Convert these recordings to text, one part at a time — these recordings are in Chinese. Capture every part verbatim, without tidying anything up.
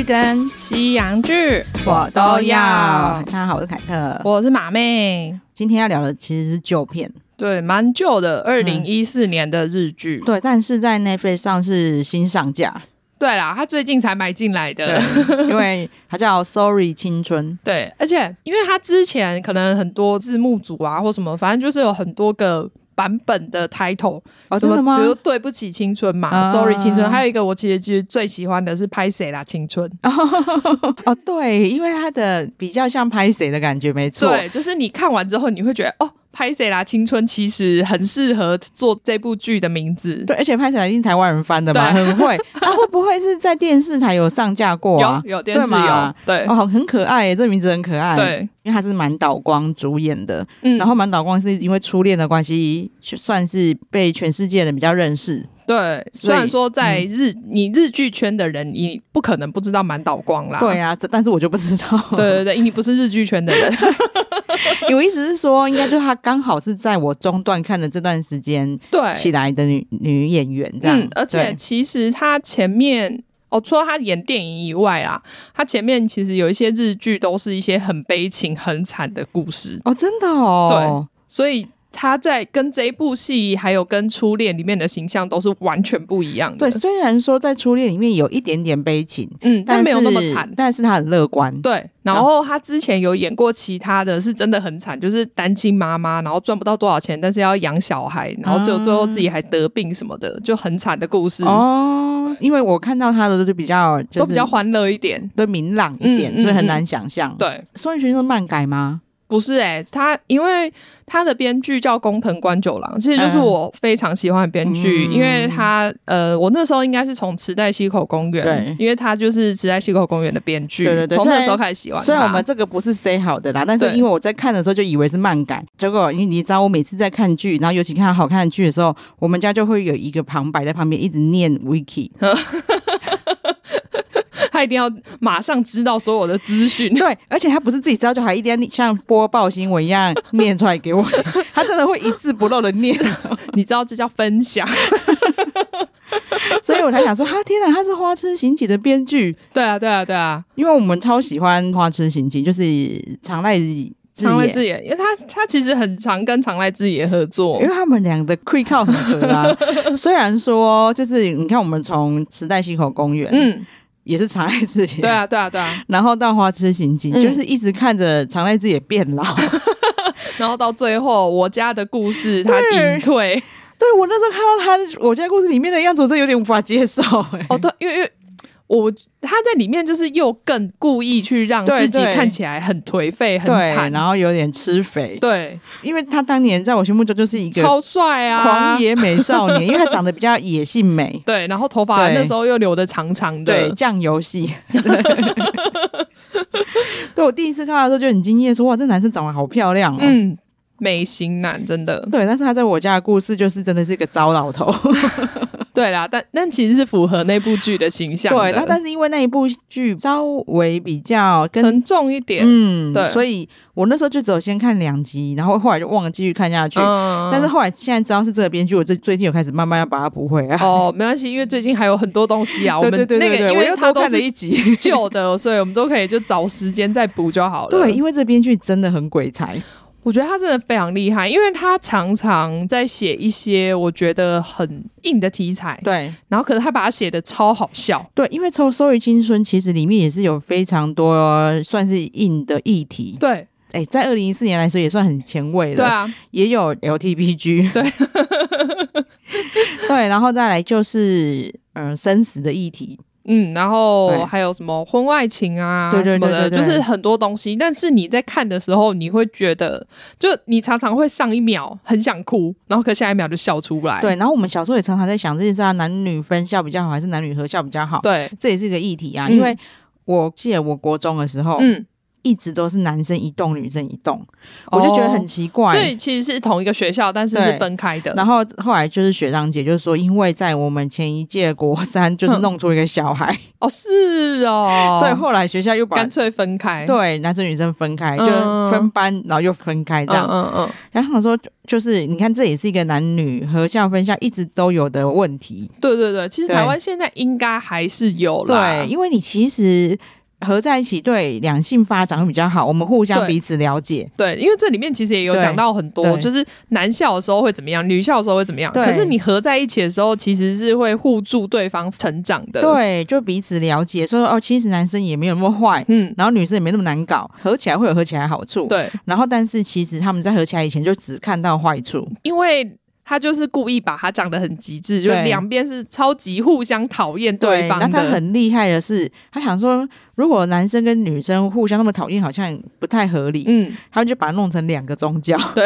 跟西洋剧我都要。大家好，我是凯特， 我是马妹。 今天要聊的其实是旧片， 对，蛮旧的，二零一四年的日剧、 嗯。对，但是在 Netflix 上是新上架。 对啦，他最近才买进来的， 因为它叫 Sorry 青春。 对，而且因为他之前可能很多字幕组啊或什么，反正就是有很多个版本的 title。 哦，真的吗？ 比如对不起青春嘛、啊、Sorry 青春，还有一个我其实其实最喜欢的是拍谁啦青春。 哦，对，因为它的比较像拍谁的感觉，没错。 对，就是你看完之后你会觉得哦，拍谁啦青春其实很适合做这部剧的名字。 对，而且拍谁啦一定台湾人翻的嘛，很会。啊，会不会是在电视台有上架过啊？ 有有电视有。对， 哦，很可爱耶，这名字很可爱。 对， 因为他是满岛光主演的， 嗯， 然后满岛光是因为初恋的关系，算是被全世界人比较认识。 对，虽然说在日、嗯、你日剧圈的人你不可能不知道满岛光啦。 对啊，但是我就不知道。 对对对，你不是日剧圈的人。 我意思是说，应该就他刚好是在我中段看的这段时间起来的 女, 女演员这样、 嗯、而且其实他前面哦，除了他演电影以外啦，他前面其实有一些日剧都是一些很悲情很惨的故事。 哦，真的哦。 对，所以他在跟这一部戏还有跟初恋里面的形象都是完全不一样的。 对，虽然说在初恋里面有一点点悲情， 嗯，但没有那么惨， 但是他很乐观。 对，然后他之前有演过其他的是真的很惨，就是单亲妈妈，然后赚不到多少钱，但是要养小孩，然后就最后自己还得病什么的、嗯、就很惨的故事。 哦，因为我看到他的都比较、就是、 都比较欢乐一点， 对，明朗一点、嗯、所以很难想象、嗯嗯、 对， 所以是漫改吗？ 不是欸，他因为他的编剧叫宫藤官九郎，其实就是我非常喜欢的编剧、嗯、因为他呃，我那时候应该是从池袋西口公园，对，因为他就是池袋西口公园的编剧，对对对，从那时候开始喜欢他。 虽然我们这个不是 say 好的啦，但是因为我在看的时候就以为是漫改，结果因为你知道我每次在看剧，然后尤其看好看的剧的时候，我们家就会有一个旁白在旁边一直念 wiki。 他一定要马上知道所有的资讯， 对，而且他不是自己知道，就还一定要像播报新闻一样念出来给我，他真的会一字不漏的念。 你知道这叫分享。 所以我才想说，哈，天哪，他是花痴刑警的编剧。 对啊对啊对啊， 因为我们超喜欢花痴刑警，就是长濑长濑智也，因为他他其实很常跟长濑智也合作， 因为他们俩的 quick call 很合啊。虽然说就是你看我们从池袋西口公园，嗯，也是长濑智也， 对啊对啊对啊， 然后到花痴刑警、嗯、就是一直看着长濑智也变老。 然后到最后我家的故事他隐退。 对，我那时候看到他我家故事里面的样子，我真的有点无法接受、欸、 哦对，因为因为我他在里面就是又更故意去让自己看起来很颓废很惨， 然后有点吃肥。 对， 因为他当年在我心目中就是一个超帅啊狂野美少年。因为他长得比较野性美，对， 然后头发那时候又留得长长的， 对，酱油系。对，我第一次看到的时候就很惊艳，说哇，这男生长得好漂亮哦。 嗯，美型男真的。 对，但是他在我家的故事就是真的是一个糟老头。 对啦，但但其实是符合那部剧的形象的。 对，但是因为那一部剧稍微比较沉重一点， 嗯，对，所以我那时候就只有先看两集，然后后来就忘了继续看下去。嗯，但是后来现在知道是这个编剧，我这最近有开始慢慢要把它补回来。 哦，没关系，因为最近还有很多东西啊。我们对对对对对， 那个因为它都是一集旧的，所以我们都可以就找时间再补就好了。 对，因为这编剧真的很鬼才。 我觉得他真的非常厉害，因为他常常在写一些我觉得很硬的题材， 对， 然后可是他把它写得超好笑。 对，因为从《Sorry 青春》其实里面也是有非常多算是硬的议题。 对， 哎，在二零一四年来说也算很前卫了。 对啊， 也有 L T B G。对，对，然后再来就是呃生死的议题。 嗯，然后还有什么婚外情啊对对对对对什么的，就是很多东西。但是你在看的时候，你会觉得，就你常常会上一秒很想哭，然后可下一秒就笑出来。 对，然后我们小时候也常常在想，这件事啊，男女分校比较好，还是男女合校比较好？ 对， 这也是一个议题啊。嗯、因为我记得我国中的时候，嗯。 一直都是男生一栋女生一栋，我就觉得很奇怪、哦、 所以其实是同一个学校但是是分开的。 然后后来就是学长姐就是说，因为在我们前一届国三就是弄出一个小孩、嗯、 哦是哦， 所以后来学校又把干脆分开，对， 男生女生分开、嗯、就分班然后又分开这样。嗯嗯嗯。然后他们说就是你看这也是一个男女合校分校一直都有的问题。 对对对，其实台湾现在应该还是有啦。 对，因为你其实合在一起对两性发展会比较好，我们互相彼此了解。 对, 对，因为这里面其实也有讲到很多，就是男校的时候会怎么样，女校的时候会怎么样，可是你合在一起的时候其实是会互助对方成长的。对， 就彼此了解说哦，其实男生也没有那么坏，嗯，然后女生也没那么难搞，合起来会有合起来的好处。对，然后但是其实他们在合起来以前就只看到坏处， 因为他就是故意把他讲得很极致，就是两边是超级互相讨厌对方的。 那他很厉害的是，他想说，如果男生跟女生互相那么讨厌，好像不太合理。嗯，他就把它弄成两个宗教。 对，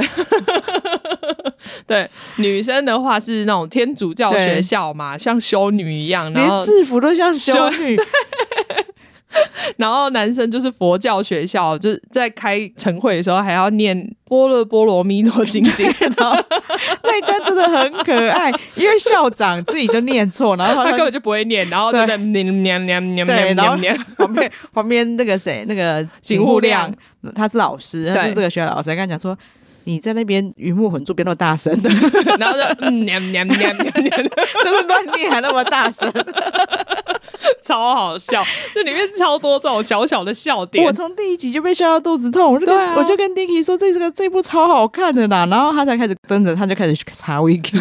对，女生的话是那种天主教学校嘛，像修女一样，然后连制服都像修女。 然后男生就是佛教学校，就是在开晨会的时候还要念般若波罗蜜多心经。 然后那一段真的很可爱，因为校长自己都念错，然后他, 他根本就不会念，然后就在念念念念念念念。 旁边旁边那个谁，那个景户亮，他是老师，他是这个学校老师，跟他讲说，你在那边鱼目混珠，别那么大声的。 然后就嗯念念念念念， 就是乱念还那么大声。 超好笑，这里面超多这种小小的笑点。 我从第一集就被笑到肚子痛，我就跟、啊、我就跟 Dicky 说这这个这部超好看的啦，然后他才开始真的他就开始查 Wiki。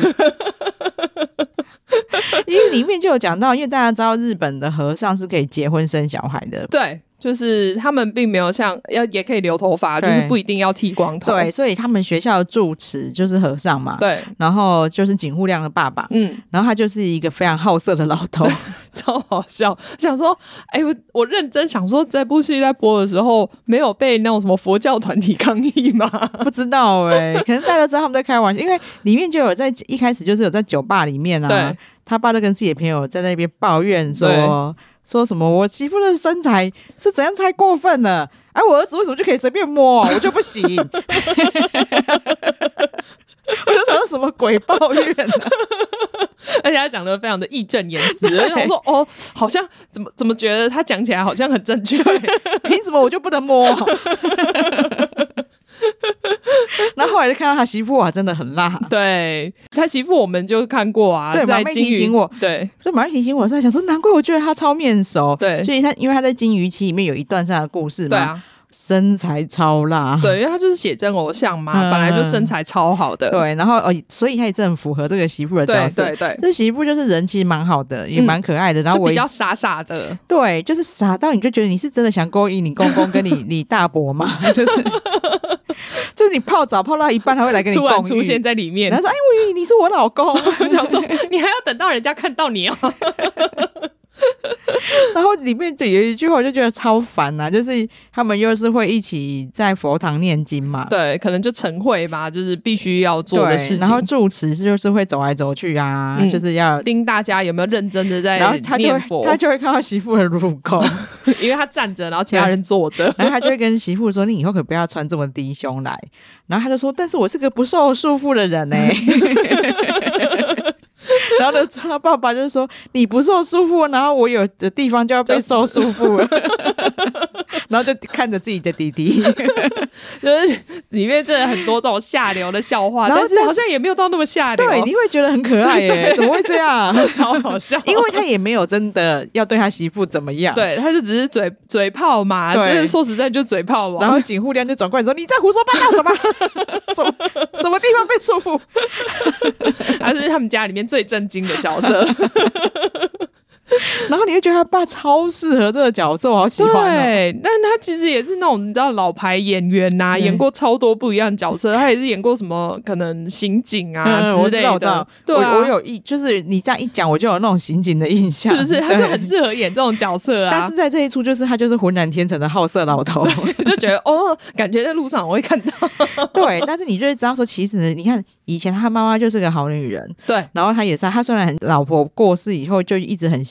因为里面就有讲到，因为大家知道日本的和尚是可以结婚生小孩的。 对，就是他们并没有像要也可以留头发，就是不一定要剃光头。 对，所以他们学校的住持就是和尚嘛。 对， 然后就是景户亮的爸爸。嗯，然后他就是一个非常好色的老头。 超好笑，想说哎、欸，我我认真想说这部戏在播的时候没有被那种什么佛教团体抗议吗？ 不知道哎、欸，可能大家知道他们在开玩笑。因为里面就有在一开始就是有在酒吧里面啊，对，他爸就跟自己的朋友在那边抱怨说说什么我媳妇的身材是怎样太过分了，哎、啊，我儿子为什么就可以随便摸，我就不行。我就想说什么鬼抱怨啊。 而且他讲得非常的义正言辞，然后我说哦，好像怎么怎么觉得他讲起来好像很正确， 凭什么我就不能摸？然后后来就看到他媳妇啊，真的很辣。 对，他媳妇我们就看过啊， 对，马妹提醒我， 对， 所以马妹提醒我，在想说，难怪我觉得他超面熟。对，所以他因为他在金鱼期里面有一段这样的故事嘛。对啊。身材超辣， 对，因为他就是写真偶像嘛、嗯，本来就身材超好的， 对，然后哦，所以他也真的很符合这个媳妇的角色，对对对，这媳妇就是人其实蛮好的，也蛮可爱的，嗯、然后我就比较傻傻的， 对，就是傻到你就觉得你是真的想勾引你公公跟你你大伯嘛，就是就是你泡澡泡到一半，他会来跟你突然出现在里面， 然后说哎，我以为你是我老公， 我想说你还要等到人家看到你哦。 然后里面有一句话我就觉得超烦啊，就是他们又是会一起在佛堂念经嘛， 对，可能就晨会吧，就是必须要做的事情。 然后住持就是会走来走去啊、嗯、就是要盯大家有没有认真的在念佛， 他就会看到媳妇的乳沟。 因为他站着然后其他人坐着， 然后他就会跟媳妇说你以后可不要穿这么低胸来，然后他就说但是我是个不受束缚的人欸。然后呢，他爸爸就说你不受束缚，然后我有的地方就要被受束缚了。然后就看着自己的弟弟。 就是里面真的很多这种下流的笑话，但是好像也没有到那么下流。 对，你会觉得很可爱耶，怎么会这样？ 超好笑。 因为他也没有真的要对他媳妇怎么样， 对，他就只是嘴嘴炮嘛，真的说实在就嘴炮嘛。 然后景户亮就转过来说你在胡说八道什么？什么什么地方被束缚？ 他是他们家里面最震惊的角色。 然后你会觉得他爸超适合这个角色，我好喜欢、哦、 对，但他其实也是那种你知道老牌演员啊、嗯、演过超多不一样的角色，他也是演过什么可能刑警啊之类的、嗯、我知道我知道对、啊、 我, 我有一就是你这样一讲我就有那种刑警的印象， 是不是？他就很适合演这种角色啊。 但是在这一出就是他就是浑然天成的好色老头。 就觉得哦，感觉在路上我会看到。 对，但是你就会知道说其实你看以前他妈妈就是个好女人， 对， 然后他也是他虽然很老婆过世以后就一直很消极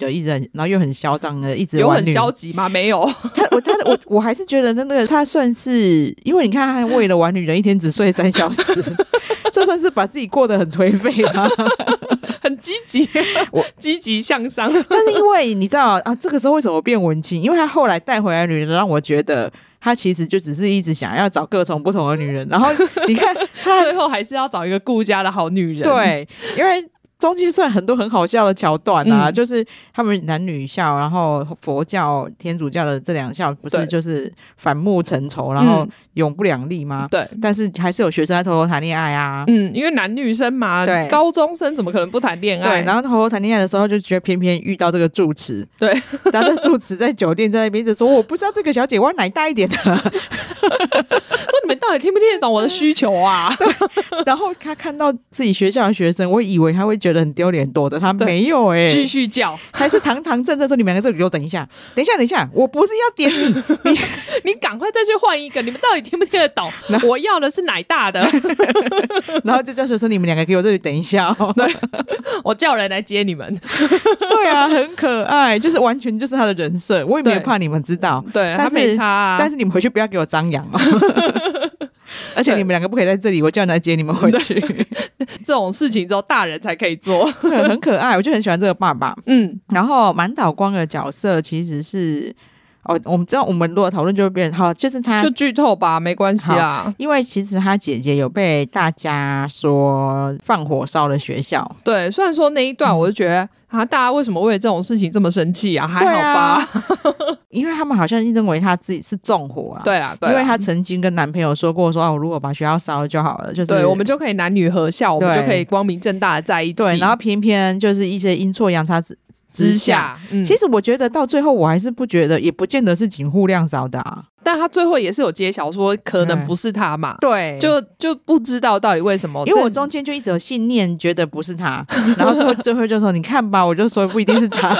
的一直很，然后又很嚣张的一直有很消极吗？没有， 他我他我我还是觉得那个他算是，因为你看他为了玩女人一天只睡三小时，这算是把自己过得很颓废啊。 很积极，我积极向上。 但是因为你知道啊，这个时候为什么变文青？因为他后来带回来的女人，让我觉得他其实就只是一直想要找各种不同的女人。然后你看他最后还是要找一个顾家的好女人。 对，因为中间算很多很好笑的桥段啊、嗯，就是他们男女校，然后佛教、天主教的这两校不是就是反目成仇，然后永不两立吗？ 对， 但是还是有学生在偷偷谈恋爱啊。 嗯，因为男女生嘛，对，高中生怎么可能不谈恋爱？ 对，然后偷偷谈恋爱的时候，就觉得偏偏遇到这个住持， 对， 然后这住持在酒店在那边一直说：“我不知道这个小姐，我要奶大一点的。” 说你们到底听不听得懂我的需求啊？ 对，然后他看到自己学校的学生，我以为他会觉得很丢脸，躲的他没有哎、欸， 继续叫，还是堂堂正正说：“你们两个这里给我等一下，等一下，等一下，我不是要点你，你你赶快再去换一个，你们到底听不听得懂？我要的是奶大的。” 然后就叫学生：“你们两个给我这里等一下哦， 我叫人来接你们。” 对啊，很可爱，就是完全就是他的人设，我也没有怕你们知道， 对， 但是他没差啊， 但是你们回去不要给我张扬哦。而且你们两个不可以在这里，我叫人来接你们回去。 这种事情只有大人才可以做， 很可爱，我就很喜欢这个爸爸。 嗯， 然后满岛光的角色其实是哦，我们知道我们如果讨论就会变好，就是他就剧透吧，没关系啦。 因为其实他姐姐有被大家说放火烧了学校。 对，虽然说那一段我就觉得、嗯、啊，大家为什么为了这种事情这么生气啊？还好吧，啊、 因为他们好像认为他自己是纵火啊。 对啊，对啊， 因为他曾经跟男朋友说过说，说、啊、我如果把学校烧了就好了，就是对，我们就可以男女合校，我们就可以光明正大的在一起。 对，然后偏偏就是一些阴错阳差之之下，嗯，其实我觉得到最后我还是不觉得，也不见得是井户亮烧的啊。 但他最后也是有揭晓说可能不是他嘛， 对， 就就不知道到底为什么， 因为我中间就一直有信念觉得不是他，然后最后最后就说你看吧，我就说不一定是他。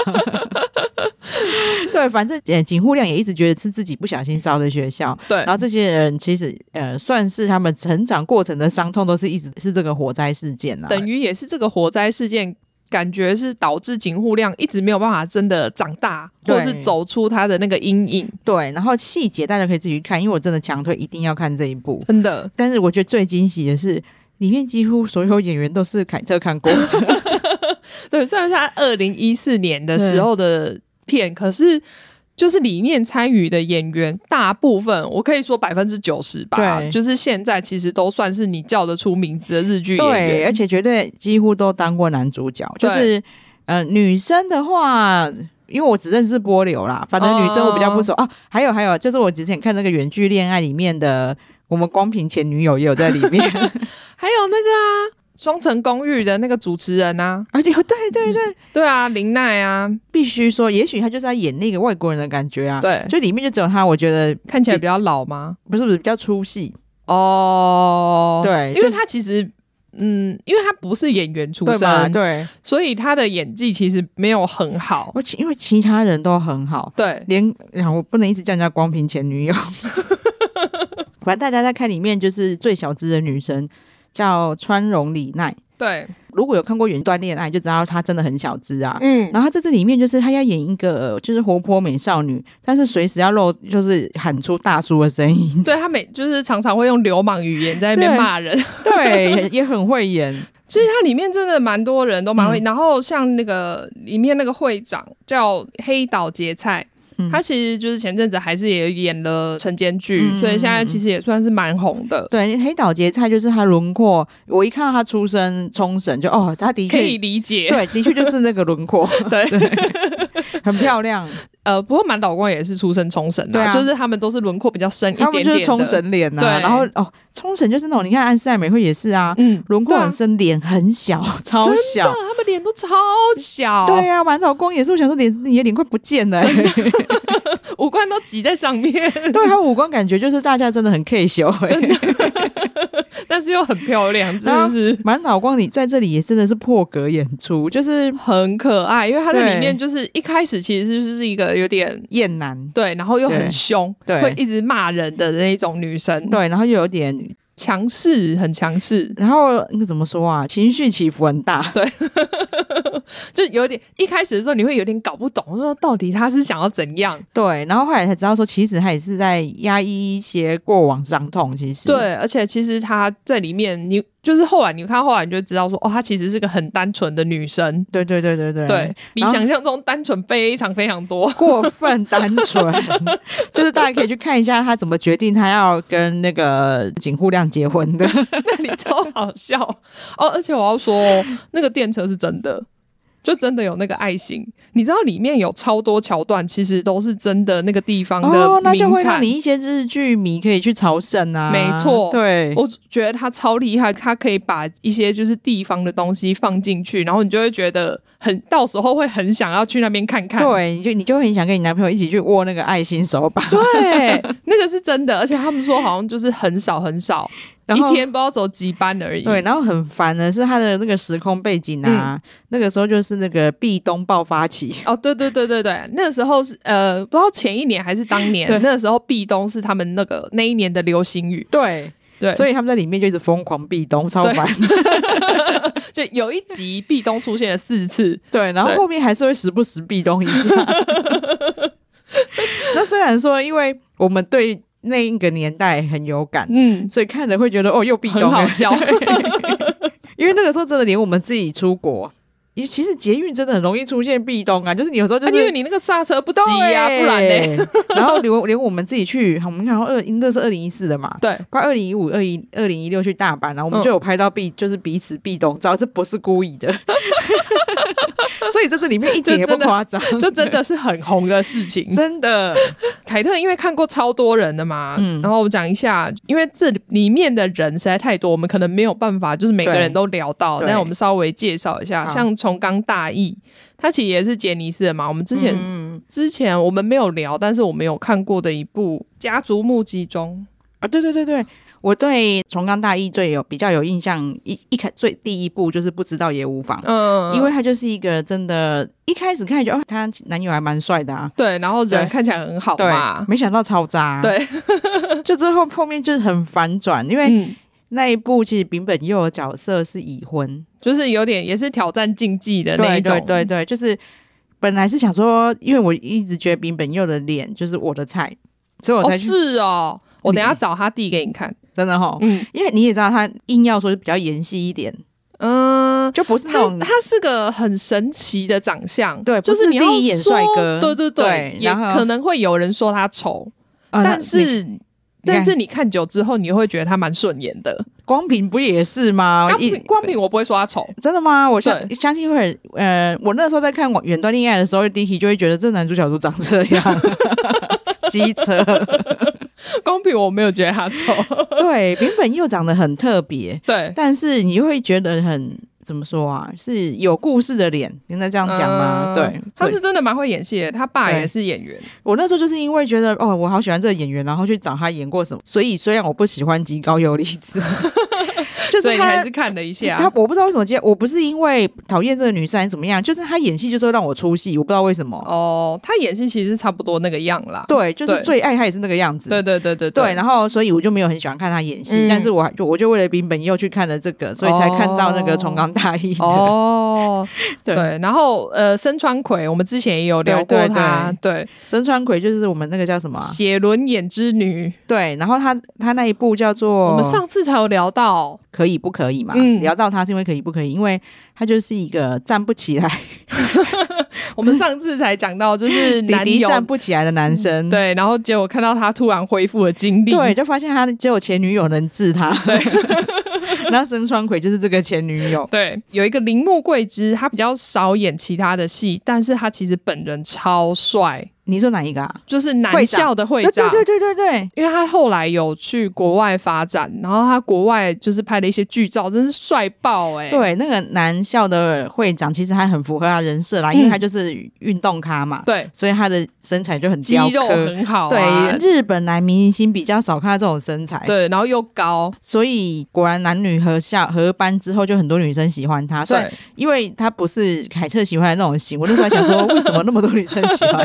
对，反正井户亮也一直觉得是自己不小心烧的学校， 对， 然后这些人其实呃算是他们成长过程的伤痛都是一直是这个火灾事件啊， 等于也是这个火灾事件感觉是导致井户亮一直没有办法真的长大，或者是走出他的那个阴影。 对，然后细节大家可以自己去看，因为我真的强推一定要看这一部， 真的。 但是我觉得最惊喜的是，里面几乎所有演员都是凯特看过的。 对，虽然是他二零一四年的时候的片，可是就是里面参与的演员大部分，我可以说百分之九十吧，就是现在其实都算是你叫得出名字的日剧演员， 对，而且绝对几乎都当过男主角。就是呃，女生的话，因为我只认识波流啦，反正女生我比较不熟、哦、啊。还有还有，就是我之前看那个远距恋爱里面的，我们光凭前女友也有在里面， 还有那个啊。双层公寓的那个主持人啊， 啊对对对对、嗯、 对啊，林奈啊， 必须说，也许他就是在演那个外国人的感觉啊。 对， 就里面就只有他，我觉得看起来比较老吗？ 不是不是，比较出戏哦。 对， 因为他其实嗯，因为他不是演员出身， 对, 对，所以他的演技其实没有很好。 因为其他人都很好， 对， 连我不能一直叫人家光凭前女友。反正大家在看里面，就是最小资的女生。叫川荣李奈， 对， 如果有看过《远端恋爱》，就知道她真的很小资啊。 嗯， 然后她在这里面就是她要演一个就是活泼美少女，但是随时要露就是喊出大叔的声音。 对，她每就是常常会用流氓语言在那边骂人， 对，也, 也很会演。 其实它里面真的蛮多人都蛮会、嗯，然后像那个里面那个会长叫黑岛结菜。他其实就是前阵子还是也演了晨间剧、嗯，所以现在其实也算是蛮红的。 对，黑岛结菜就是他轮廓，我一看到他出身冲绳，就哦，他的确可以理解， 对，的确就是那个轮廓， 对, 对， 很漂亮。 呃，不过满岛光也是出身冲绳的、啊，就是他们都是轮廓比较深一点点的， 他们就是冲绳脸呐、啊。然后哦，冲绳就是那种，你看安室奈美惠也是啊， 嗯， 轮廓很深，脸、啊、很小，超小， 真的，他们脸都超小。 对啊，满岛光也是，我想说脸，你的脸快不见了、欸， 五官都挤在上面。 对，他五官感觉就是大家真的很 K 秀、欸， 真的，但是又很漂亮，真的是。 满岛光你在这里也真的是破格演出，就是很可爱，因为他在里面就是一开始其实就是一个有点厌男， 对，然后又很凶， 对， 会一直骂人的那一种女生， 对，然后又有点强势，很强势， 然后那个怎么说啊，情绪起伏很大， 对。 就有点一开始的时候你会有点搞不懂，说到底他是想要怎样。 对，然后后来才知道说其实他也是在压抑一些过往伤痛。其实对，而且其实他在里面你就是后来你看后来你就知道说哦，她其实是个很单纯的女生。 对对对对对对，比想象中单纯非常非常多， 过分单纯就是大家可以去看一下她怎么决定她要跟那个井户亮结婚的那里超好笑哦。而且我要说那个电车是真的，就真的有那个爱心，你知道里面有超多桥段其实都是真的那个地方的名产。 哦，那就会让你一些日剧迷可以去朝圣啊。 没错， 对， 我觉得他超厉害，他可以把一些就是地方的东西放进去，然后你就会觉得很到时候会很想要去那边看看。 对，你就你就会很想跟你男朋友一起去握那个爱心手把。 对，那个是真的，而且他们说好像就是很少很少，一天不知道走几班而已。 对，然后很烦的是他的那个时空背景啊、嗯、那个时候就是那个壁咚爆发期。 哦，对对对对对，那个时候是呃，不知道前一年还是当年，那个时候壁咚是他们那个那一年的流行语。 对对，所以他们在里面就一直疯狂壁咚，超烦。 就有一集壁咚出现了四次， 对，然后后面还是会时不时壁咚一下。那虽然说因为我们对那一个年代很有感，嗯，所以看了会觉得哦又壁咚， 很好笑。 因为那个时候真的连我们自己出国，其实捷运真的很容易出现壁咚啊，就是你有时候就是、 啊、因为你那个刹车不及啊，不然呢然后连连我们自己去，我们看到二那是二零一四的嘛， 对， 快二零一五、二一二零一六去大阪，然后我们就有拍到壁、嗯，就是彼此壁咚照，这不是故意的。所以在这里面一点也不夸张， 就真的是很红的事情， 真的。 凯特因为看过超多人的嘛，嗯，然后我讲一下，因为这里面的人实在太多，我们可能没有办法就是每个人都聊到，但我们稍微介绍一下，像重冈大毅，他其实也是杰尼斯的嘛，我们之前、嗯、之前我们没有聊，但是我们有看过的一部《家族目击中》 啊，对对对对。我对重冈大毅最有比较有印象，一一开最第一部就是不知道也无妨，嗯，因为他就是一个真的，一开始看就觉得哦，他男友还蛮帅的啊， 对，然后人看起来很好嘛， 对，没想到超渣， 对， 就之后后面就是很反转，因为、嗯、那一部其实柄本佑的角色是已婚， 就是有点也是挑战禁忌的那一种， 对对对对，就是本来是想说，因为我一直觉得柄本佑的脸就是我的菜，所以我才去、 哦、是哦，我等一下找他弟给你看。 真的齁、嗯，因为你也知道他硬要说是比较演戏一点，嗯，就不是那种他, 他是个很神奇的长相， 对， 就是你要第一眼帅哥， 对对 对, 对，也可能会有人说他丑、呃，但是但是你看久之后，你会觉得他蛮顺眼的。 光平不也是吗？ 光平光平我不会说他丑， 真的吗？我相相信会，呃，我那时候在看远端恋爱的时候 ，Dicky 就会觉得这男主角都长这样，机车。 公平我没有觉得他丑， 对，柄本佑长得很特别， 对， 但是你会觉得很怎么说啊？是有故事的脸，应该这样讲吗、嗯？对， 他是真的蛮会演戏的，他爸也是演员。我那时候就是因为觉得哦，我好喜欢这个演员，然后去找他演过什么，所以虽然我不喜欢吉高由里子。就是他所以你还是看了一下他，我不知道为什么接，我不是因为讨厌这个女生还是怎么样，就是他演戏就是会让我出戏，我不知道为什么。 哦，他演戏其实是差不多那个样啦， 对，就是最爱他也是那个样子， 对对对对对, 对，然后所以我就没有很喜欢看他演戏、嗯，但是我就我就为了柄本佑去看了这个，所以才看到那个重冈大毅的。 哦，对, 对，然后呃，深川葵我们之前也有聊过他，对, 对, 对， 深川葵就是我们那个叫什么、啊、 写轮眼之女， 对，然后他他那一部叫做我们上次才有聊到可以不可以嘛、嗯，聊到他是因为可以不可以，因为他就是一个站不起来我们上次才讲到就是男弟弟站不起来的男生、 嗯、对，然后结果看到他突然恢复了精力， 对，就发现他只有前女友能治他，对那深川葵就是这个前女友， 对，有一个铃木贵之，他比较少演其他的戏，但是他其实本人超帅。 你说哪一个啊？ 就是男校的会长， 对对对对对， 因为他后来有去国外发展，然后他国外就是拍了一些剧照，真是帅爆哎、欸！ 对，那个男校的会长其实还很符合他人设啦、嗯，因为他就是运动咖嘛， 对， 所以他的身材就很雕刻， 肌肉很好、啊。 对，日本男明星比较少看到这种身材， 对，然后又高， 所以果然男女合校合班之后，就很多女生喜欢他。所以因为他不是凯特喜欢的那种型，我那时候还想说，为什么那么多女生喜欢他？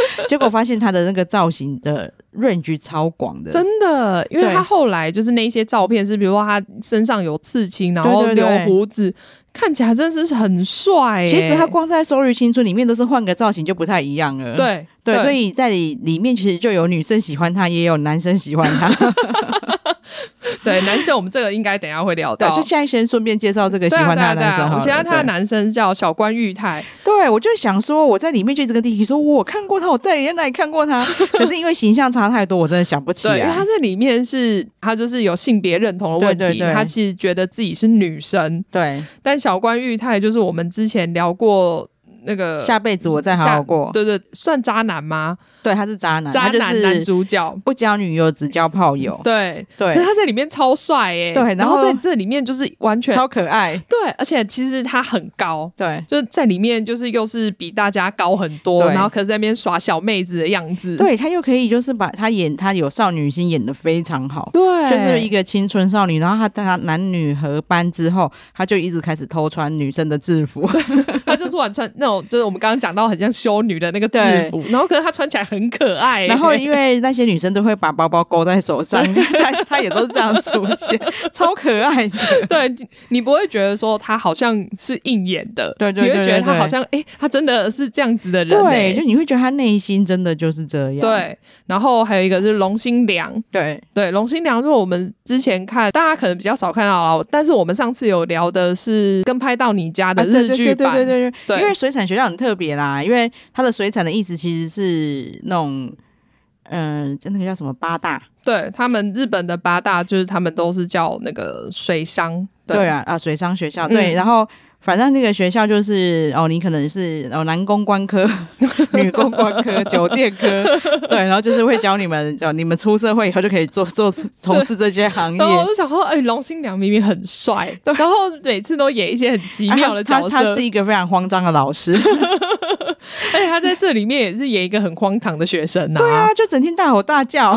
结果发现他的那个造型的 range 超广的， 真的，因为他后来就是那些照片是比如说他身上有刺青，然后留胡子，对对对，看起来真的是很帅耶。 其实他光在《收日青春》里面都是换个造型就不太一样了。 对对, 对， 所以在里面其实就有女生喜欢他，也有男生喜欢他。 对，男生我们这个应该等一下会聊到。 对，所以现在先顺便介绍这个喜欢他的男生好了。 我喜欢他的男生叫小关裕太。 对，我就想说我在里面就一直跟弟弟说我看过他，我在哪里看过他。可是因为形象差太多，我真的想不起来。 对，因为他在里面是他就是有性别认同的问题，对对对，他其实觉得自己是女生。对，但小关裕太就是我们之前聊过那个下辈子我再好好过。 对对，算渣男吗？ 对，他是渣男， 渣男男主角， 不交女友只交炮友。 对对， 可是他在里面超帅耶。 对， 然后在这里面就是完全超可爱。 对，而且其实他很高。 对， 就是在里面就是又是比大家高很多，然后可是在那边耍小妹子的样子。 对，他又可以就是把他演他有少女心演得非常好。 对， 就是一个青春少女，然后他在他男女合班之后，他就一直开始偷穿女生的制服。 他就突然穿那种就是我们刚刚讲到很像修女的那个制服，然后可是他穿起来很可爱。 然后因为那些女生都会把包包勾在手上，他他也都是这样出现，超可爱的。 对，你不会觉得说他好像是硬演的， 对对 对, 对, 对, 对， 你会觉得他好像哎、欸，他真的是这样子的人、欸， 对，就你会觉得他内心真的就是这样。 对，然后还有一个是龙心良， 对对，龙心良，就是我们之前看，大家可能比较少看到了，但是我们上次有聊的是跟拍到你家的日剧版， 啊、对, 对, 对, 对, 对, 对, 对， 因为水产学校很特别啦，因为它的水产的意思其实是那种。嗯，那个叫什么八大？ 对，他们日本的八大就是他们都是叫那个水商。 对, 对啊，啊，水商学校。对，嗯、然后反正那个学校就是哦，你可能是哦男公关科、女公关科、酒店科，对，然后就是会教你们，教你们出社会以后就可以做做从事这些行业。 然后我就想说，哎、欸，龙心良明明很帅，然后每次都演一些很奇妙的角色。 啊、他, 他, 他是一个非常慌张的老师。 而且他在这里面也是演一个很荒唐的学生啊， 对啊，就整天大吼大叫，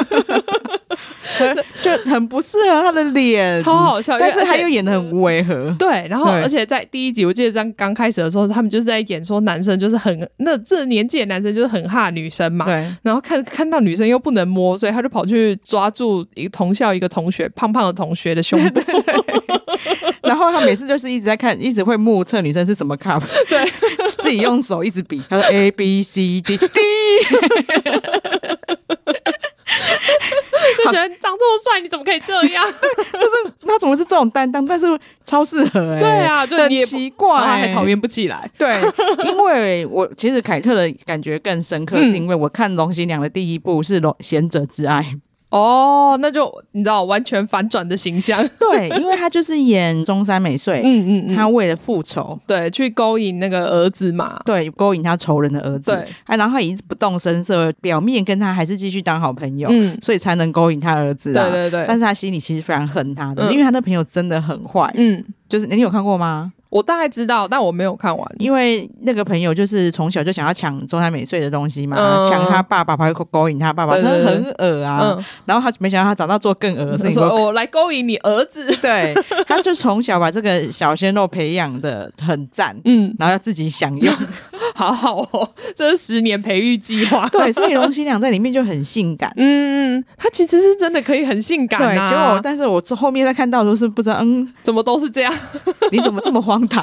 就很不适合他的脸， 超好笑。 但是他又演得很违和， 对。然后而且在第一集，我记得刚刚开始的时候，他们就是在演说男生就是很那这年纪的男生就是很怕女生嘛，对。然后看看到女生又不能摸，所以他就跑去抓住一个同校一个同学胖胖的同学的胸部。对对对， 然后他每次就是一直在看，一直会目测女生是什么 cup， 对，自己用手一直比，他说 A B C D D， 就觉得长这么帅，你怎么可以这样？ 就是他怎么是这种担当，但是超适合哎、欸， 对啊，就很奇怪、欸， 还讨厌不起来。 对，因为我其实凯特的感觉更深刻，是因为我看龙心良的第一部是《贤者之爱》。 哦，那就你知道完全反转的形象。 对，因为他就是演中山美穗，嗯嗯嗯，他为了复仇， 对，去勾引那个儿子嘛， 对，勾引他仇人的儿子， 对， 啊，然后他一直不动声色，表面跟他还是继续当好朋友，嗯，所以才能勾引他儿子啊， 对对对， 但是他心里其实非常恨他的，嗯、因为他那朋友真的很坏，嗯，就是你有看过吗？ 我大概知道，但我没有看完。 因为那个朋友就是从小就想要抢中山美穗的东西嘛，抢、嗯、他爸爸，还会勾引他爸爸，真的很恶啊、嗯。然后他没想到他长大做更恶的事情， 说我来勾引你儿子。 对，他就从小把这个小鲜肉培养的很赞，嗯，然后要自己享用， 好好哦，这是十年培育计划。 对，所以龙心良在里面就很性感， 嗯，他其实是真的可以很性感啊。 对，结果但是我后面在看到的时候是不知道，嗯， 怎么都是这样， 你怎么这么荒唐？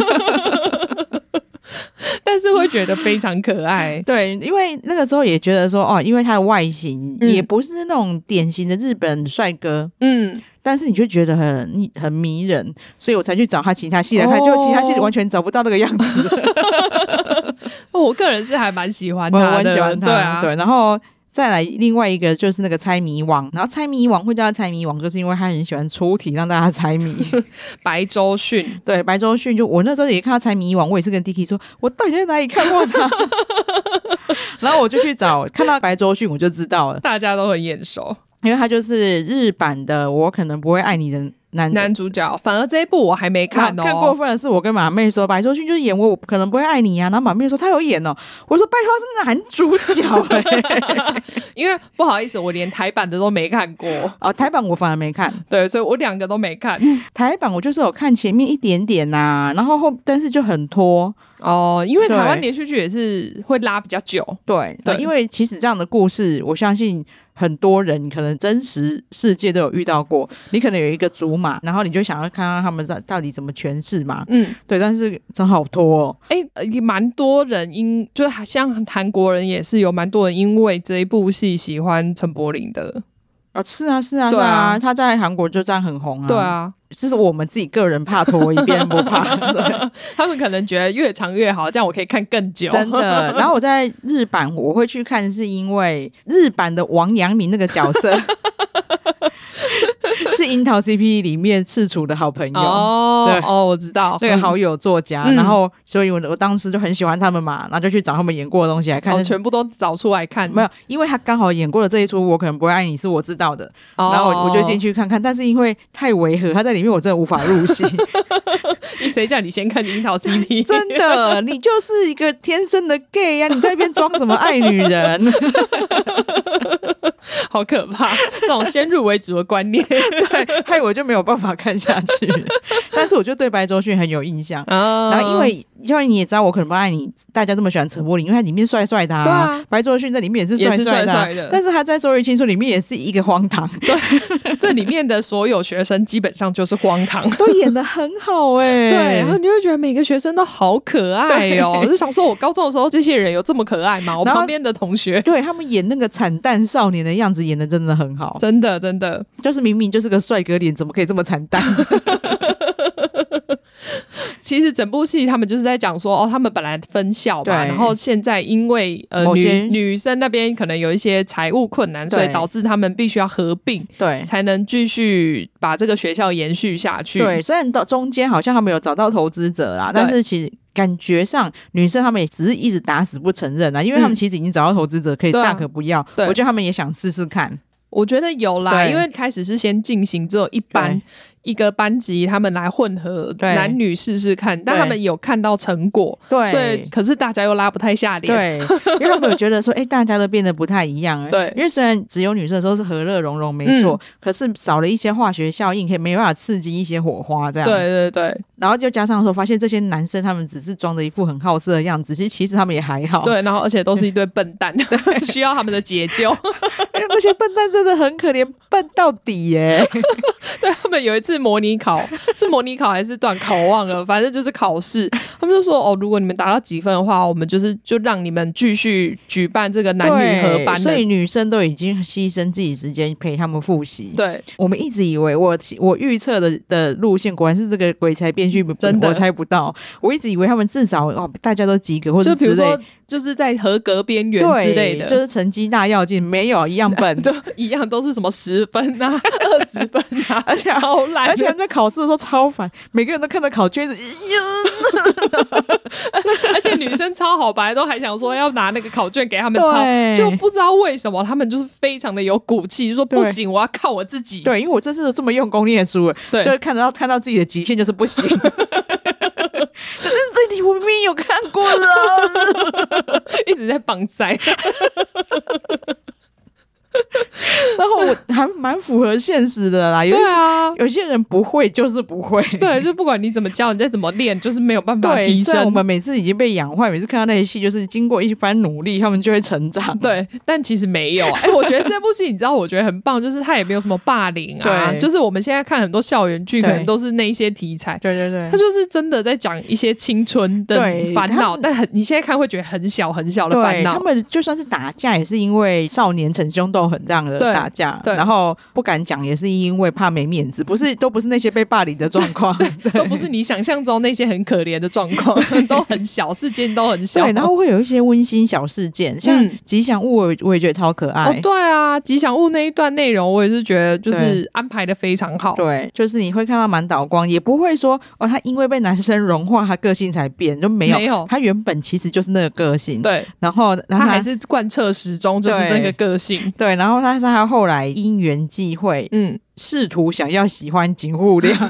但是会觉得非常可爱。 对，因为那个时候也觉得说哦，因为他的外形也不是那种典型的日本帅哥，嗯，但是你就觉得很很迷人，所以我才去找他其他戏来看，结果、哦、其他戏完全找不到那个样子。 我个人是还蛮喜欢他的， 我很喜欢他， 对啊， 对，然后再来另外一个就是那个猜谜王，然后猜谜王会叫他猜谜王，就是因为他很喜欢出题让大家猜谜。 白周迅， 对，白周迅，就我那时候也看到猜谜王，我也是跟 Dicky 说，我到底在哪里看过他？然后我就去找，看到白周迅我就知道了， 大家都很眼熟， 因为他就是日版的《我可能不会爱你》的男男主角，反而这一部我还没看哦。 更过分的是，我跟马妹说白卓勋就是演我，我可能不会爱你啊。然后马妹说他有演哦，我说拜托他是男主角哎、欸， 因为不好意思，我连台版的都没看过哦，台版我反而没看， 对，所以我两个都没看。 台版我就是有看前面一点点呐、啊，然后后但是就很拖。 哦，因为台湾连续剧也是会拉比较久， 对 对, 对，因为其实这样的故事，我相信很多人可能真实世界都有遇到过。你可能有一个竹马，然后你就想要看看他们到底怎么诠释嘛。嗯，对，但是真好拖哦。 哎、欸，蛮多人因就是像韩国人也是有蛮多人因为这一部戏喜欢陈柏霖的。 哦，是啊，是啊，对啊，他在韩国就这样很红啊。 对啊， 这是我们自己个人怕拖，一遍不怕。 他们可能觉得越长越好，这样我可以看更久。 真的。然后我在日版我会去看，是因为日版的王阳明那个角色是樱桃 C P 里面赤楚的好朋友。 哦，对哦，我知道那个好友作家。嗯、然后，所以我我当时就很喜欢他们嘛，然后就去找他们演过的东西来看。 哦，全部都找出来看。 没有，因为他刚好演过的这一出，我可能不会爱你是我知道的。哦、然后我就进去看看，但是因为太违和，他在里面我真的无法入戏。 谁叫你先看樱桃 C P？ 真的，你就是一个天生的 gay 呀、啊！你在那边装什么爱女人？ 好可怕！这种先入为主的观念， 对，害我就没有办法看下去。但是我就对白卓勋很有印象。哦、然后因为因为你也知道，我可能不爱你，大家这么喜欢陈柏霖，因为他里面帅帅的、啊。对啊，白卓勋在里面也是帅帅的、啊， 帅帅的。 但是他在《周日青春》里面也是一个荒唐。 对，这里面的所有学生基本上就是荒唐， 都演得很好哎、欸。 对，然后你会觉得每个学生都好可爱哦。我就想说，我高中的时候这些人有这么可爱吗？我旁边的同学， 对他们演那个惨淡少年的样子，演得真的很好， 真的真的， 就是明明就是个帅哥脸，怎么可以这么惨淡？ 其实整部戏他们就是在讲说，哦，他们本来分校嘛，然后现在因为呃女女生那边可能有一些财务困难，所以导致他们必须要合并，对，才能继续把这个学校延续下去。 对，虽然到中间好像他们有找到投资者啦，但是其实感觉上女生他们也只是一直打死不承认啊，因为他们其实已经找到投资者，可以大可不要。对，我觉得他们也想试试看。 我觉得有啦，因为开始是先进行只有一班一个班级他们来混合男女试试看，但他们有看到成果，对，所以可是大家又拉不太下脸， 对，因为他们有觉得说，哎、欸，大家都变得不太一样，对，因为虽然只有女生的时候是和乐融融没错、嗯，可是少了一些化学效应，可以没办法刺激一些火花，这样， 对对对， 然后就加上说，发现这些男生他们只是装着一副很好色的样子，其实其实他们也还好， 对，然后而且都是一堆笨蛋，需要他们的解救， 那些笨蛋真的很可怜，笨到底耶， 对，他们有一次模拟考。是模拟考还是段考我忘了，反正就是考试，他们就说哦，如果你们达到几分的话，我们就是就让你们继续举办这个男女合班的， 所以女生都已经牺牲自己时间陪他们复习。 对， 我们一直以为我我预测的的路线果然是这个鬼才编剧，真的我猜不到，我一直以为他们至少哦大家都及格或者之类， 就比如说就是在合格边缘之类的， 就是成绩大跃进，没有一样笨， 都一样都是什么十分啊、二十分啊，而且超烂， 而且他们在考试的时候超烦，每个人都看到考卷子， 而且女生超好白，都还想说要拿那个考卷给他们抄，就不知道为什么他们就是非常的有骨气，就说不行，我要靠我自己。 对，因为我这次这么用功念书了，对，就是看到看到自己的极限就是不行。就是这题我明明有看过了， 一直在绑塞。 然后我还蛮符合现实的啦，有些、啊、有些人不会就是不会， 对，就不管你怎么教，你再怎么练，就是没有办法提升。 对，我们每次已经被养坏，每次看到那些戏，就是经过一番努力，他们就会成长。 对，但其实没有。哎、欸，我觉得这部戏，你知道，我觉得很棒，就是它也没有什么霸凌啊，就是我们现在看很多校园剧，可能都是那一些题材。 对对对， 它就是真的在讲一些青春的烦恼，但很你现在看会觉得很小很小的烦恼。 他们就算是打架，也是因为少年逞凶斗狠这样的打架，然后不敢讲，也是因为怕没面子，不是都不是那些被霸凌的状况， 都不是你想象中那些很可怜的状况，都很小事件，都很小。 对，然后会有一些温馨小事件，像吉祥物我，我也觉得超可爱。 哦，对啊，吉祥物那一段内容，我也是觉得就是安排的非常好。 对，就是你会看到满岛光，也不会说哦，他因为被男生融化，他个性才变，就没有，没有，他原本其实就是那个个性。 对， 然后他还是贯彻始终，就是那个个性。 对，然然后他他后来因缘际会，嗯，试图想要喜欢井户亮。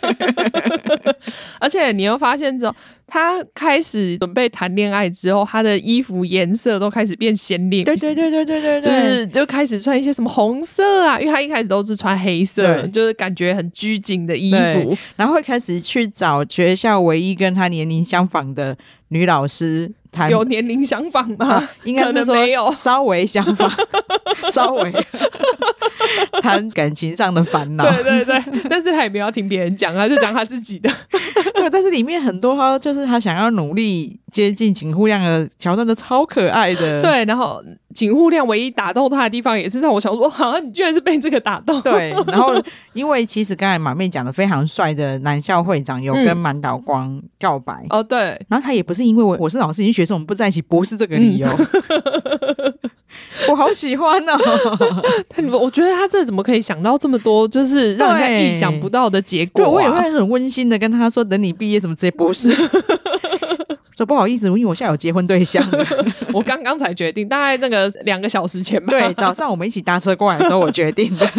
而且你又发现之后，他开始准备谈恋爱之后，他的衣服颜色都开始变鲜烈。 对对对对对对对， 就是就开始穿一些什么红色啊，因为他一开始都是穿黑色，就是感觉很拘谨的衣服， 然后会开始去找学校唯一跟他年龄相仿的女老师谈。 有年龄相仿吗？啊、 应该是说没有， 稍微相仿，稍微谈感情上的烦恼。 对对对，但是他也没有要听别人讲，他就讲他自己的。 对，但是里面很多他就是他想要努力接近井户亮的桥段都超可爱的。 对，然后井户亮唯一打动他的地方也是让我想说，好像你居然是被这个打动。 对，然后因为其实刚才马妹讲的非常帅的男校会长有跟满岛光告白、 嗯、哦对， 然后他也不是因为我我是老师已经学生我们不在一起，不是这个理由、嗯、我好喜欢哦。 我觉得他这怎么可以想到这么多就是让人家意想不到的结果、啊、 对，我也会很温馨的跟他说等你毕业什么这些，不是说不好意思，因为我现在有结婚对象了。 我刚刚才决定，大概那个两个小时前吧。 对，早上我们一起搭车过来的时候我决定的。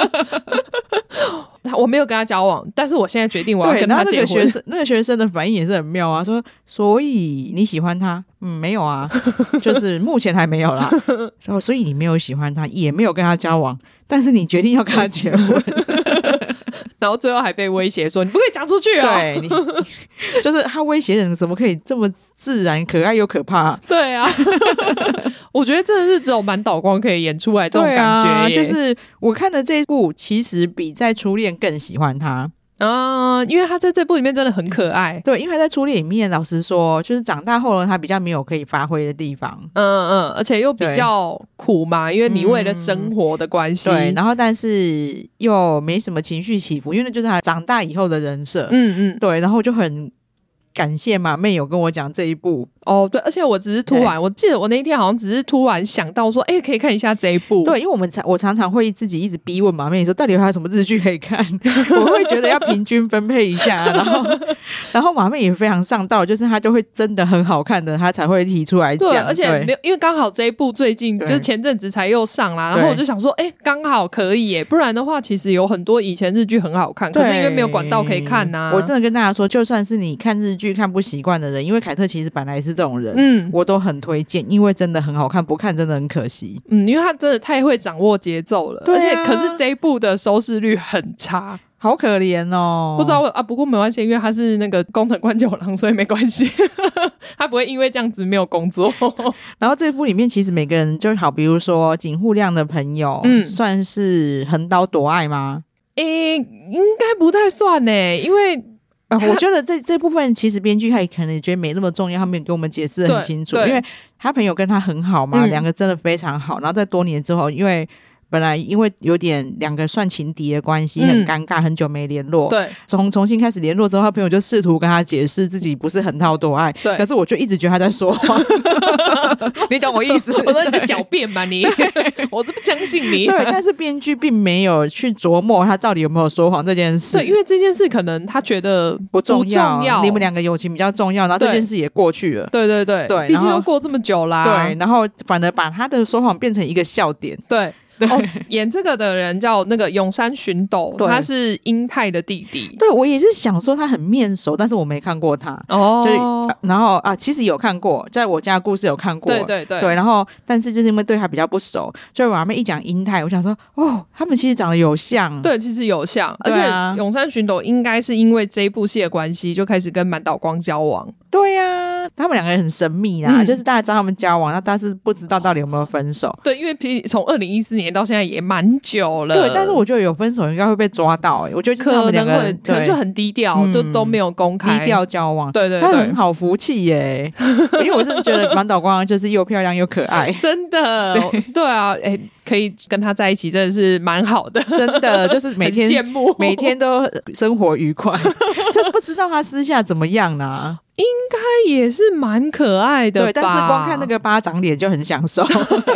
我没有跟他交往，但是我现在决定我要跟他结婚。 那个学生那个学生的反应也是很妙啊，说所以你喜欢他？嗯，没有啊，就是目前还没有啦。然后所以你没有喜欢他，也没有跟他交往，但是你决定要跟他结婚。 然后最后还被威胁说你不可以讲出去啊。 对，你就是他威胁人怎么可以这么自然可爱又可怕。 对啊。我觉得真的是只有满岛光可以演出来这种感觉、啊、 就是我看的这一部其实比在初恋更喜欢他啊、呃，因为他在这部里面真的很可爱。 对，因为在初恋里面老实说就是长大后了他比较没有可以发挥的地方。 嗯嗯，而且又比较苦嘛，因为你为了生活的关系、嗯、 对，然后但是又没什么情绪起伏，因为那就是他长大以后的人设。嗯嗯，对，然后就很感谢马妹有跟我讲这一部。 哦，对，而且我只是突然，我记得我那一天好像只是突然想到说，哎，可以看一下这一部。 对，因为我们常我常常会自己一直逼问马妹说，到底还有什么日剧可以看？我会觉得要平均分配一下，然后然后马妹也非常上道，就是她就会真的很好看的，她才会提出来讲。 对，而且没有，因为刚好这一部最近就是前阵子才又上啦，然后我就想说，哎，刚好可以耶，不然的话，其实有很多以前日剧很好看，可是因为没有管道可以看呐、啊。 我真的跟大家说，就算是你看日剧看不习惯的人，因为凯特其实本来是这种人，嗯。我都很推荐，因为真的很好看，不看真的很可惜。 嗯，因为他真的太会掌握节奏了、啊、而且可是这一部的收视率很差， 好可怜哦。 不知道啊，不过没关系，因为他是那个宫藤官九郎，所以没关系。他不会因为这样子没有工作。 然后这部里面其实每个人就好，比如说井户亮的朋友，嗯，算是横刀夺爱吗？ 诶，应该不太算耶，因为呃，我觉得这这部分其实编剧他也可能觉得没那么重要，他没有给我们解释得很清楚，因为他朋友跟他很好嘛，两、嗯、个真的非常好。然后在多年之后，因为本来因为有点两个算情敌的关系，很尴尬，很久没联络。对，从重新开始联络之后，他朋友就试图跟他解释自己不是横刀夺爱。对，可是我就一直觉得他在说谎。你懂我意思？ 我说你在狡辩吧你，我这不相信你。 对，但是编剧并没有去琢磨他到底有没有说谎这件事。 对，因为这件事可能他觉得不重要， 不重要， 你们两个友情比较重要，然后这件事也过去了。 对对对对，毕竟都过这么久啦。 对，然后反而把他的说谎变成一个笑点。 对。哦，演这个的人叫那个永山寻斗，他是英泰的弟弟。 对，我也是想说他很面熟，但是我没看过他。哦，就是然后啊，其实有看过，在我家的故事有看过。 对对对对，然后但是就是因为对他比较不熟，就我妹一讲英泰，我想说哦，他们其实长得有像。 对，其实有像，而且永山寻斗应该是因为这一部戏的关系，就开始跟满岛光交往。 对呀、啊，他们两个人很神秘啦、嗯，就是大家知道他们交往，那但是不知道到底有没有分手。 对，因为从二零一四年到现在也蛮久了。 对，但是我觉得有分手应该会被抓到、欸，我觉得就是他们两个人可能就很低调，嗯、都都没有公开低调交往。 对对对， 他很好福气耶、欸，因为我是觉得满岛光就是又漂亮又可爱， 真的。对, 对啊，哎、欸。可以跟他在一起真的是蛮好的， 真的就是每天羡慕， 每天都生活愉快。真不知道他私下怎么样呢？ 应该也是蛮可爱的吧， 对，但是光看那个巴掌脸就很享受。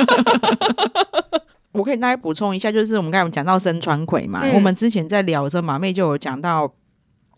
我可以大概补充一下，就是我们刚才有讲到森川葵嘛、嗯，我们之前在聊的时候，马妹就有讲到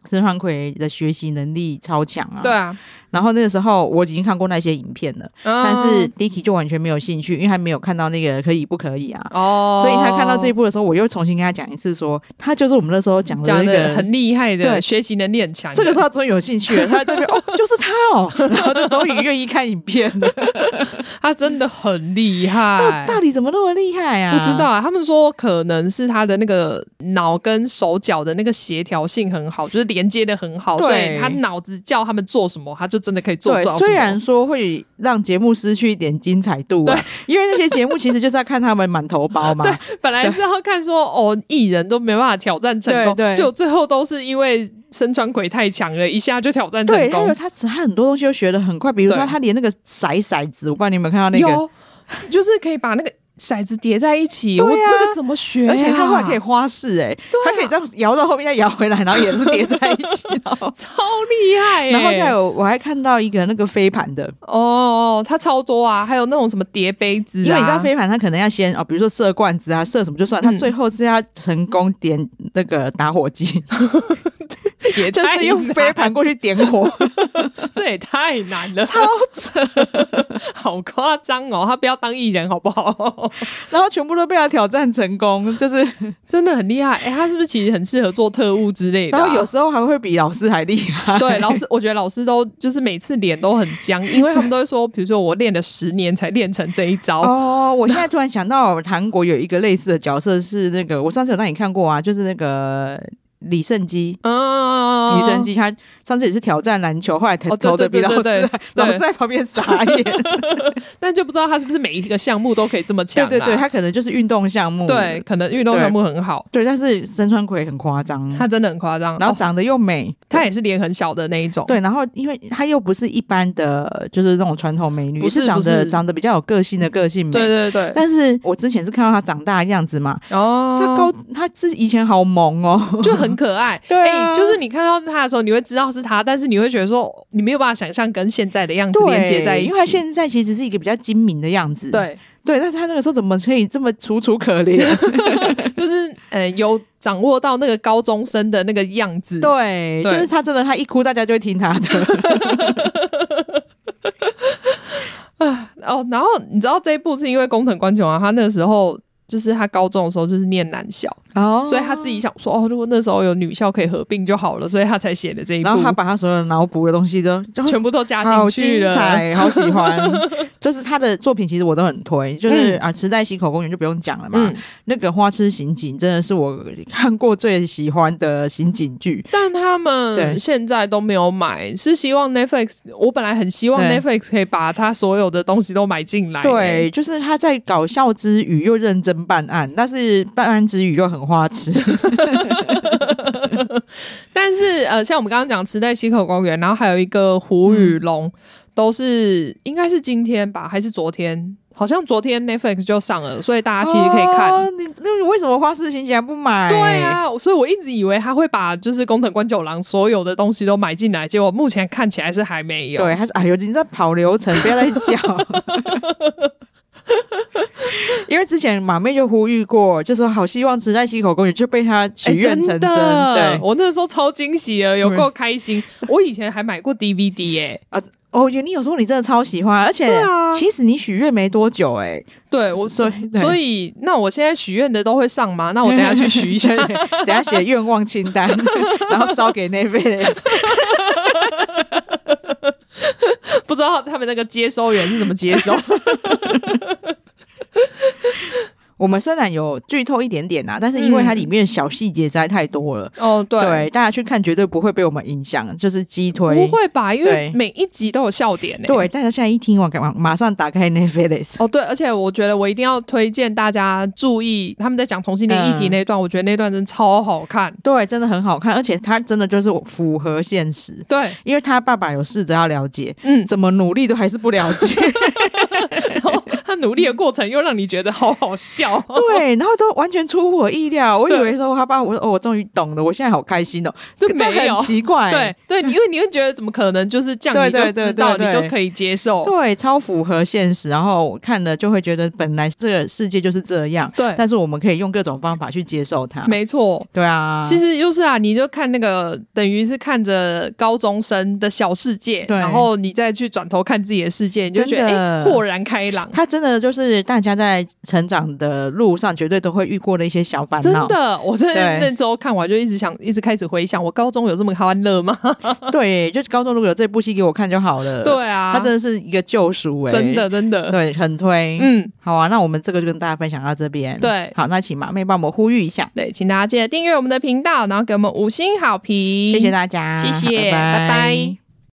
申川葵的学习能力超强啊。 对啊， 然后那个时候我已经看过那些影片了，嗯、但是 Dicky 就完全没有兴趣，因为他没有看到那个可以不可以啊。哦，所以他看到这一部的时候，我又重新跟他讲一次说，他就是我们那时候讲的那个很厉害的，学习能力很强。 这个时候他终于有兴趣了，他在这边哦，就是他哦，然后就终于愿意看影片了。 他真的很厉害， 到, 到底怎么那么厉害啊？ 不知道啊，他们说可能是他的那个脑跟手脚的那个协调性很好，就是连接的很好，所以他脑子叫他们做什么，他就真的可以做到什么。 虽然说会让节目失去一点精彩度啊，因为那些节目其实就是要看他们满头包嘛。 对，本来是要看说哦，艺人都没办法挑战成功，结果最后都是因为申川葵太强了，一下就挑战成功。 对，他他很多东西都学得很快，比如说他连那个骰骰子，我不知道你有没有看到那个， 有，就是可以把那个骰子叠在一起，啊、我那个怎么学、啊？ 而且他后来可以花式哎、欸，他、啊、可以这样摇到后面再摇回来，然后也是叠在一起， 超厉害、欸。 然后再有我还看到一个那个飞盘的哦，他超多啊，还有那种什么叠杯子、啊， 因为你知道飞盘他可能要先哦，比如说射罐子啊，射什么就算，他、嗯、最后是要成功点那个打火机。 也就是用飞盘过去点火， 这也太难了， 超扯， 好夸张哦！他不要当艺人好不好？ 然后全部都被他挑战成功，就是真的很厉害。哎、欸，他是不是其实很适合做特务之类的、啊？ 然后有时候还会比老师还厉害。 对，老师，我觉得老师都就是每次脸都很僵，因为他们都会说，比如说我练了十年才练成这一招。 哦，我现在突然想到，韩国有一个类似的角色是那个，我上次有让你看过啊，就是那个。李胜基，嗯，李胜基他上次也是挑战篮球，后来投的比老师、哦、老师在旁边傻眼， 但就不知道他是不是每一个项目都可以这么强、啊。 对对对，他可能就是运动项目， 对，可能运动项目很好。 对，但是申川葵很夸张， 他真的很夸张， 然后长得又美， 哦、他也是脸很小的那一种。 对，然后因为他又不是一般的，就是那种传统美女，不 是, 是长得长得比较有个性的个性美。 对对对。 但是我之前是看到他长大的样子嘛，哦，他高，他是以前好萌哦， 就很可爱。对、啊欸，就是你看到他的时候，你会知道是他，但是你会觉得说，你没有办法想象跟现在的样子连接在一起， 因为他现在其实是一个比较精明的样子。 对对，但是他那个时候怎么可以这么楚楚可怜？ 就是呃，有掌握到那个高中生的那个样子。 对，对就是他真的，他一哭，大家就会听他的。 哦，然后你知道这一部是因为宫藤官九郎，他那个时候。就是他高中的时候就是念男校，哦，所以他自己想说哦，如果那时候有女校可以合并就好了，所以他才写的这一部。 然后他把他所有的脑补的东西都全部都加进去了， 好精彩，好喜欢。就是他的作品其实我都很推，就是、嗯、啊，池袋西口公园就不用讲了嘛、嗯。那个花痴刑警真的是我看过最喜欢的刑警剧， 但他们现在都没有买，是希望 Netflix。我本来很希望 Netflix 可以把他所有的东西都买进来。 对，就是他在搞笑之余又认真办案，但是办案之余又很花痴。 但是呃，像我们刚刚讲池袋西口公园，然后还有一个虎与龙、嗯，都是应该是今天吧，还是昨天？好像昨天 Netflix 就上了，所以大家其实可以看。 哦、你那为什么花痴刑警还不买？ 对啊，所以我一直以为他会把就是宫藤官九郎所有的东西都买进来，结果目前看起来是还没有。 对，他说：“哎呦，你在跑流程，不要再讲。”因为之前马妹就呼吁过，就说好希望池袋西口公园，就被他许愿成真。欸、对， 我那时候超惊喜了，有够开心。我以前还买过 D V D 耶、欸。啊哦，你有时候你真的超喜欢，而且其实你许愿没多久哎、欸， 对我所以所以那我现在许愿的都会上吗？那我等一下去许一下， 等一下写愿望清单，然后烧给 Netflix。 不知道他们那个接收员是怎么接收。 我们虽然有剧透一点点啊，但是因为它里面小细节实在太多了、 嗯、哦，对对，大家去看绝对不会被我们影响，就是激推。 不会吧？因为每一集都有笑点、欸、 对，大家现在一听完马上打开 Netflix。 哦，对，而且我觉得我一定要推荐大家注意他们在讲同性恋议题那一段、嗯、我觉得那段真的超好看。 对，真的很好看，而且它真的就是符合现实。 对， 因为他爸爸有试着要了解，嗯，怎么努力都还是不了解。 然后他努力的过程又让你觉得好好笑。 对，然后都完全出乎我意料，我以为说他爸我说哦我终于懂了，我现在好开心哦，这很奇怪。 对对，因为你会觉得怎么可能就是这样你就知道你就可以接受， 对，超符合现实，然后看了就会觉得本来这个世界就是这样， 对， 但是我们可以用各种方法去接受它。 没错， 对啊， 其实就是啊，你就看那个等于是看着高中生的小世界，然后你再去转头看自己的世界，你就觉得哎豁然开朗。 他真的就是大家在成长的路上绝对都会遇过的一些小烦恼。 真的，我在那时候看完就一直想一直开始回想，我高中有这么欢乐吗？ 对，就高中如果有这部戏给我看就好了。 对啊， 他真的是一个救赎。欸， 真的真的， 对，很推。嗯，好啊，那我们这个就跟大家分享到这边。 对， 好，那请马妹帮我们呼吁一下。 对，请大家记得订阅我们的频道，然后给我们五星好评， 谢谢大家， 谢谢，拜拜。拜拜。